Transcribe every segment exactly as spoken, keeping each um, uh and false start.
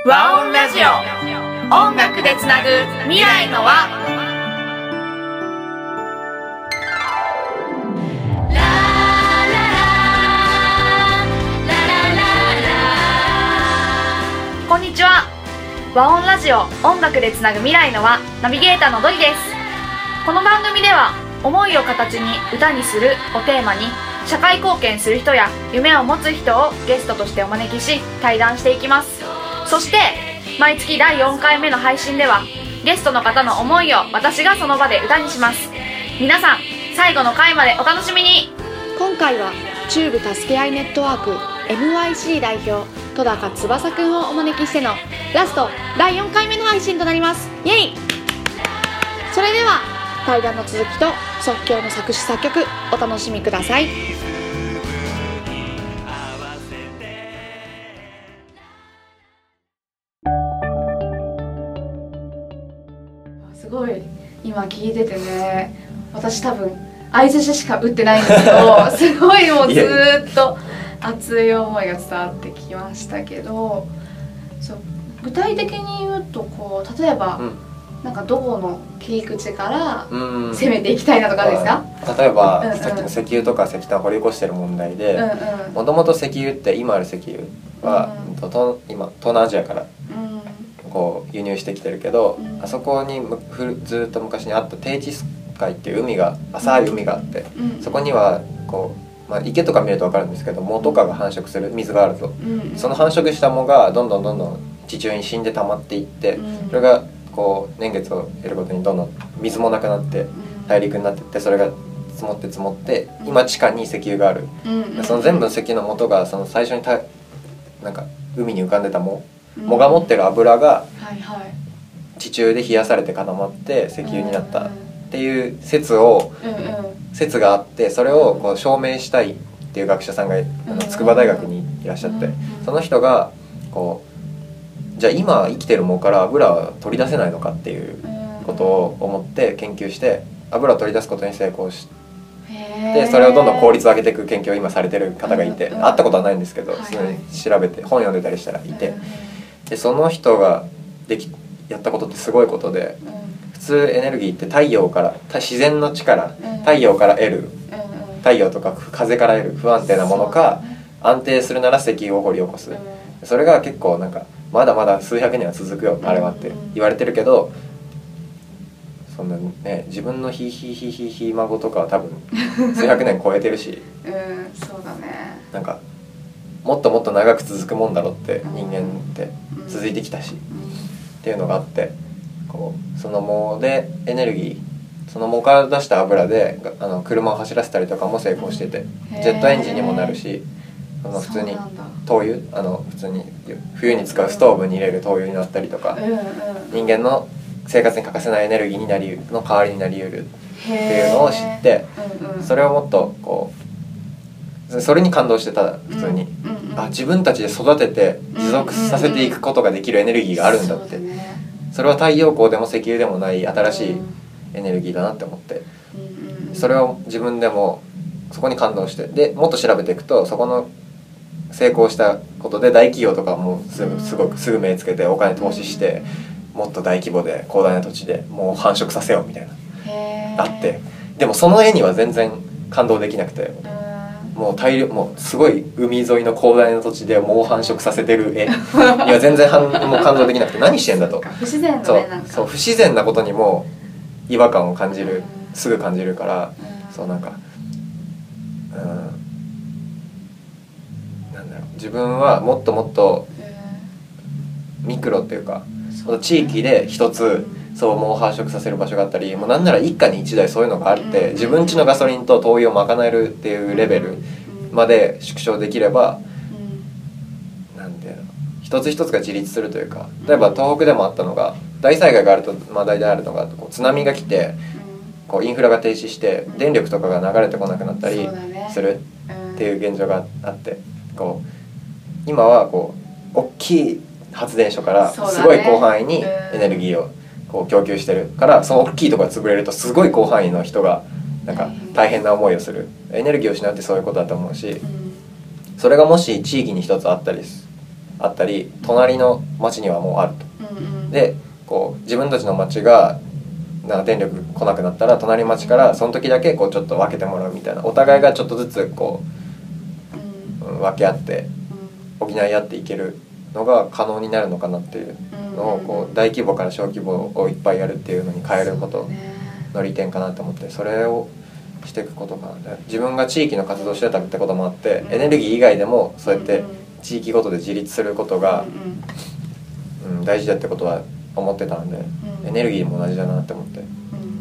和音ラジオ、音楽でつなぐ未来の輪。こんにちは。和音ラジオ、音楽でつなぐ未来の輪、ナビゲーターのドリです。この番組では思いを形に歌にするをテーマに、社会貢献する人や夢を持つ人をゲストとしてお招きし対談していきます。そして毎月だいよんかいめの配信ではゲストの方の思いを私がその場で歌にします。皆さん最後の回までお楽しみに。 今回はチューブ助け合いネットワーク エムワイシー 代表戸高翼くんをお招きしてのラストだいよんかいめの配信となります。イエイ。それでは対談の続きと即興の作詞作曲お楽しみください。すごい今聞いててね、私多分相づちしか打ってないんですけどすごいもうずーっと熱い思いが伝わってきましたけど、そう具体的に言うとこう例えば、うん、なんかどこの切り口から攻めていきたいなとかですか？ 例えば、うんうん、さっきの石油とか石炭を掘り起こしてる問題で、もともと石油って今ある石油は、うんうん、と今東南アジアからこう輸入してきてるけど、うん、あそこにずっと昔にあった低地海っていう海が浅い海があって、うん、そこにはこう、まあ、池とか見ると分かるんですけど藻とかが繁殖する水があると、うん、その繁殖した藻がどんどんどんどん地中に死んで溜まっていって、うん、それがこう年月を得るごとにどんどん水もなくなって大陸になっていって、それが積もって積もって今地下に石油がある、うん、その全部の石油の元がその最初にたなんか海に浮かんでた藻藻が持ってる油が地中で冷やされて固まって石油になったっていう説を説があって、それをこう証明したいっていう学者さんがあの筑波大学にいらっしゃって、その人がこうじゃあ今生きてる藻から油は取り出せないのかっていうことを思って研究して油を取り出すことに成功して、それをどんどん効率を上げていく研究を今されてる方がいて、会ったことはないんですけど、それ調べて本読んでたりしたらいて、でその人ができやったことってすごいことで、普通エネルギーって太陽から自然の力、太陽から得る、太陽とか風から得る不安定なものか、安定するなら石油を掘り起こす、それが結構なんかまだまだ数百年は続くよあれはって言われてるけど、そんなね自分のひひひひひ孫とかは多分数百年超えてるしうんそうだね、 なんかもっともっと長く続くもんだろうって人間って続いてきたし、っていうのがあって、こうその藻でエネルギー、その藻から出した油であの車を走らせたりとかも成功してて、ジェットエンジンにもなるし、あの普通に灯油、あの普通に冬に使うストーブに入れる灯油になったりとか、人間の生活に欠かせないエネルギーになりの代わりになりうるっていうのを知って、それをもっとこうそれに感動してただ普通に、あ自分たちで育てて持続させていくことができるエネルギーがあるんだって、それは太陽光でも石油でもない新しいエネルギーだなって思って、それを自分でもそこに感動して、でもっと調べていくと、そこの成功したことで大企業とかもすぐすごくすぐ目つけてお金投資して、もっと大規模で広大な土地でもう繁殖させようみたいなあって、でもその絵には全然感動できなくて、もう大量もうすごい海沿いの広大な土地でもう繁殖させてる絵には全然もう感動できなくて、何してんだと、 不自然だね、なんかそう不自然なことにも違和感を感じる、すぐ感じるから、そうなんかうんなんだろう、自分はもっともっとミクロっていうか、地域で一つそうもう繁殖させる場所があったり、もうなんなら一家に一台そういうのがあって、自分家のガソリンと灯油を賄えるっていうレベルまで縮小できれば、なんていうの、一つ一つが自立するというか、例えば東北でもあったのが、大災害があると、まあ、大体あるのがこう津波が来てこうインフラが停止して電力とかが流れてこなくなったりするっていう現状があって、こう今はこう大きい発電所からすごい広範囲にエネルギーをこう供給してるから、その大きいところが潰れるとすごい広範囲の人がなんか大変な思いをする、エネルギーを失うってそういうことだと思うし、それがもし地域に一つあったりあったり隣の町にはもうあると、 うんうん、 でこう自分たちの町がなんか電力来なくなったら隣町からその時だけこうちょっと分けてもらうみたいな、お互いがちょっとずつこう、うん、分け合って補い合っていけるのが可能になるのかなっていうのをこう大規模から小規模をいっぱいやるっていうのに変えることの利点かなと思って、それをしていくことかな。自分が地域の活動してたってこともあってエネルギー以外でもそうやって地域ごとで自立することが、うん、大事だってことは思ってたんで、エネルギーも同じだなって思って、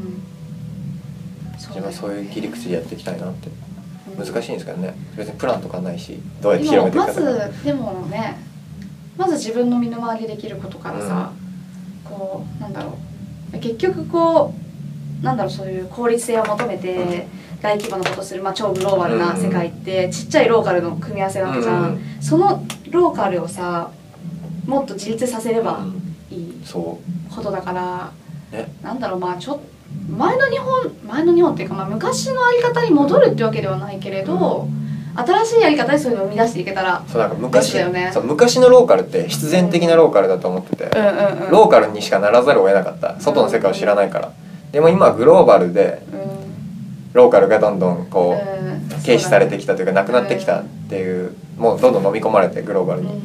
自分はそういう切り口でやっていきたいなって。難しいんですけどね、別にプランとかないしどうやって広めていくかとか。 まずでもね、まず自分の身の回りできることからさ、うん、こうなんだろう、結局こうなんだろう、そういう効率性を求めて大規模なことする、まあ、超グローバルな世界ってちっちゃいローカルの組み合わせなわけじゃん、うん、そのローカルをさもっと自立させればいいことだから、 うんね、 なんだろう、まあちょっと前の日本前の日本っていうか、まあ、昔のあり方に戻るってわけではないけれど、うん、新しいやり方でそういうのを生み出していけたらそうなんか昔だよね。そう昔のローカルって必然的なローカルだと思ってて、 うんうんうん、 ローカルにしかならざるを得なかった、外の世界を知らないから、うんうん、でも今はグローバルで、うん、ローカルがどんどんこう、うん、軽視されてきたというかなくなってきたっていう、うん、もうどんどん飲み込まれてグローバルに、うん、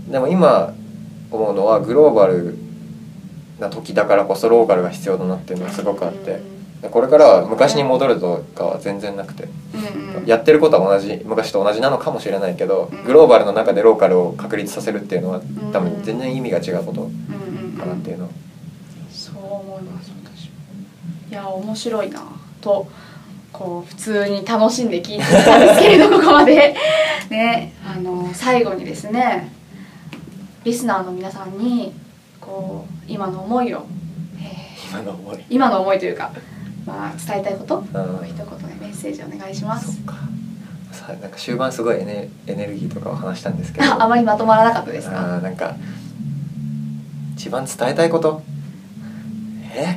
でも今思うのはグローバルな時だからこそローカルが必要だなっていうのがすごくあって、これからは昔に戻るとかは全然なくて、うんうん、やってることは同じ昔と同じなのかもしれないけど、グローバルの中でローカルを確立させるっていうのは多分全然意味が違うことかなっていうの、うんうんうん、 そう思います。私いや面白いなとこう普通に楽しんで聞いてたんですけれどここまでね、あの最後にですね、リスナーの皆さんにこう今の思いを、 えー、今の思い今の思いというか、まあ、伝えたいことを一言でメッセージお願いします。 そっか、さなんか終盤すごいエネ、エネルギーとかを話したんですけどあ, あまりまとまらなかったですか。 あなんか一番伝えたいことえ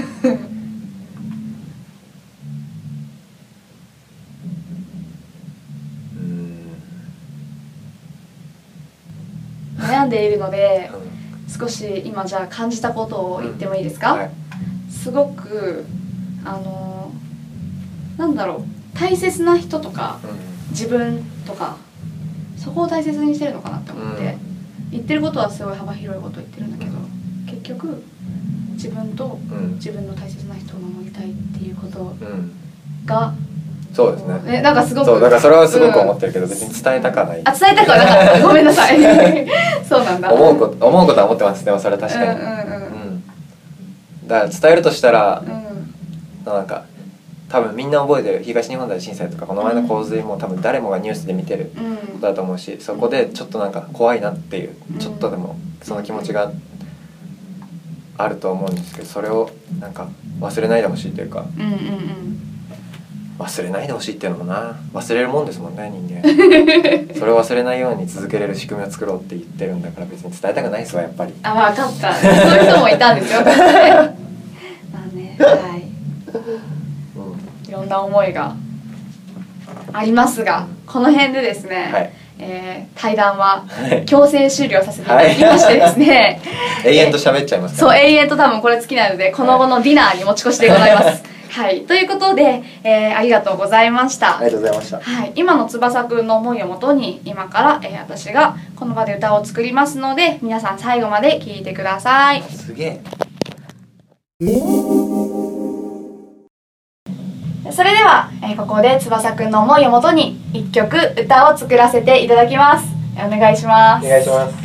悩んでいるので、うん、少し今じゃあ感じたことを言ってもいいですか、うんはい、すごくあのなんだろう、大切な人とか、うん、自分とかそこを大切にしてるのかなって思って、うん、言ってることはすごい幅広いことを言ってるんだけど、結局自分と自分の大切な人を守りたいっていうことが、うんそうですね。 ね、なんかすごくそうだからそれはすごく思ってるけど、うん、別に伝えたくはない。 あ伝えたくはなかった。ごめんなさい。そうなんだ。 思うこと思うことは思ってます。でもそれは確かに。うんうんうんうん、だから伝えるとしたら、うん、なんか多分みんな覚えてる東日本大震災とかこの前の洪水も多分誰もがニュースで見てることだと思うし、そこでちょっとなんか怖いなっていう、うん、ちょっとでもその気持ちがあると思うんですけど、それをなんか忘れないでほしいというか。うんうんうん、忘れないでほしいっていうのもな、忘れるもんですもんね人間それを忘れないように続けれる仕組みを作ろうって言ってるんだから、別に伝えたくないですわやっぱり。 あ、分かった。そういう人もいたんですよまあね、はい、うん、いろんな思いがありますが、この辺でですね、はい、えー、対談は強制終了させていただきましてですね、 はい、永遠と喋っちゃいますから、ね、そう永遠と多分これ尽きないので、この後のディナーに持ち越しでございますはい、ということで、えー、ありがとうございました。 ありがとうございました。 はい、今の翼くんの思いをもとに、今から、えー、私がこの場で歌を作りますので、皆さん最後まで聴いてください。 すげえ。 それでは、えー、ここで翼くんの思いをもとに一曲歌を作らせていただきます。お願いします。 お願いします。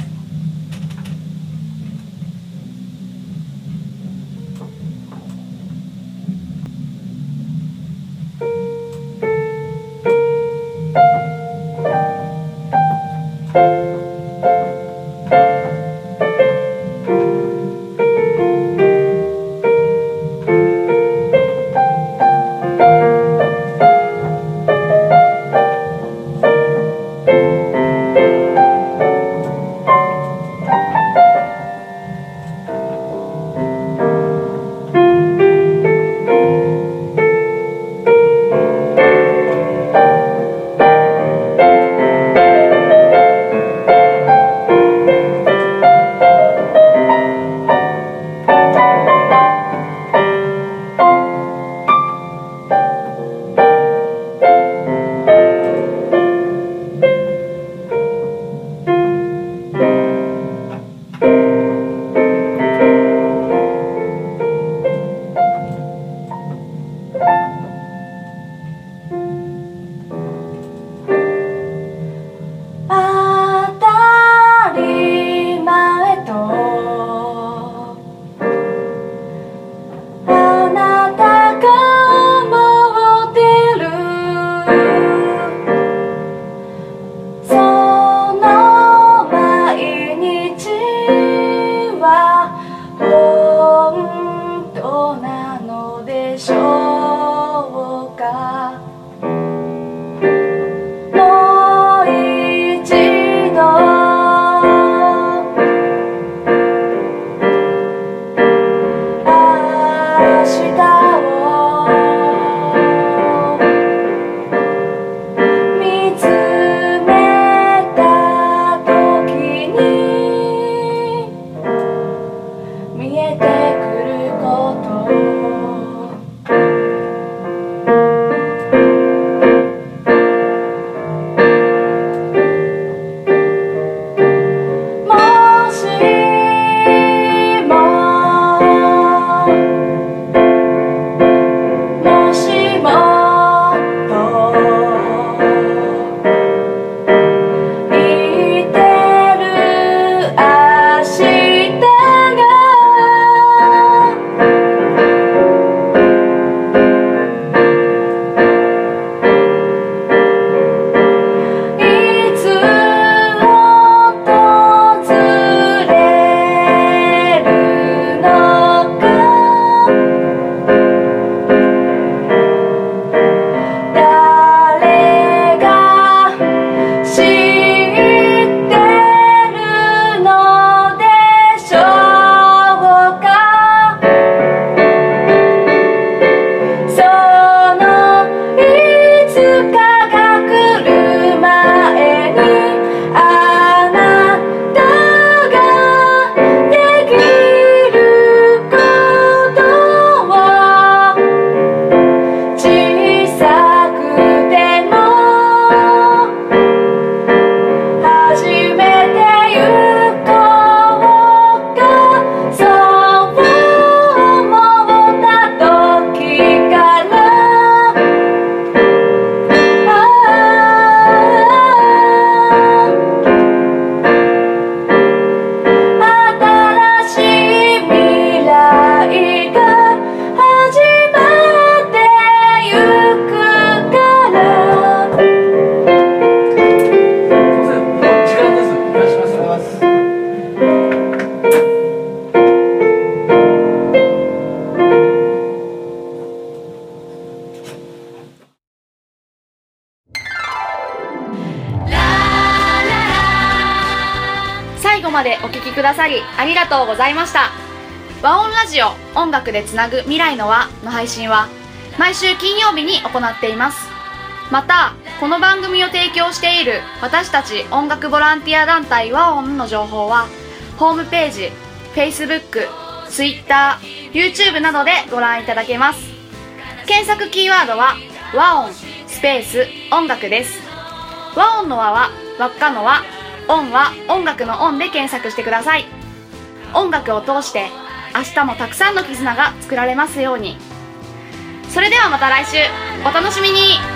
くださりありがとうございました。和音ラジオ音楽でつなぐ未来の輪の配信は毎週金曜日に行っています。またこの番組を提供している私たち音楽ボランティア団体和音の情報はホームページ、Facebook、Twitter、YouTube などでご覧いただけます。検索キーワードは和音スペース音楽です。和音の和は輪っかの和、音は音楽の音で検索してください。音楽を通して明日もたくさんの絆が作られますように。それではまた来週お楽しみに。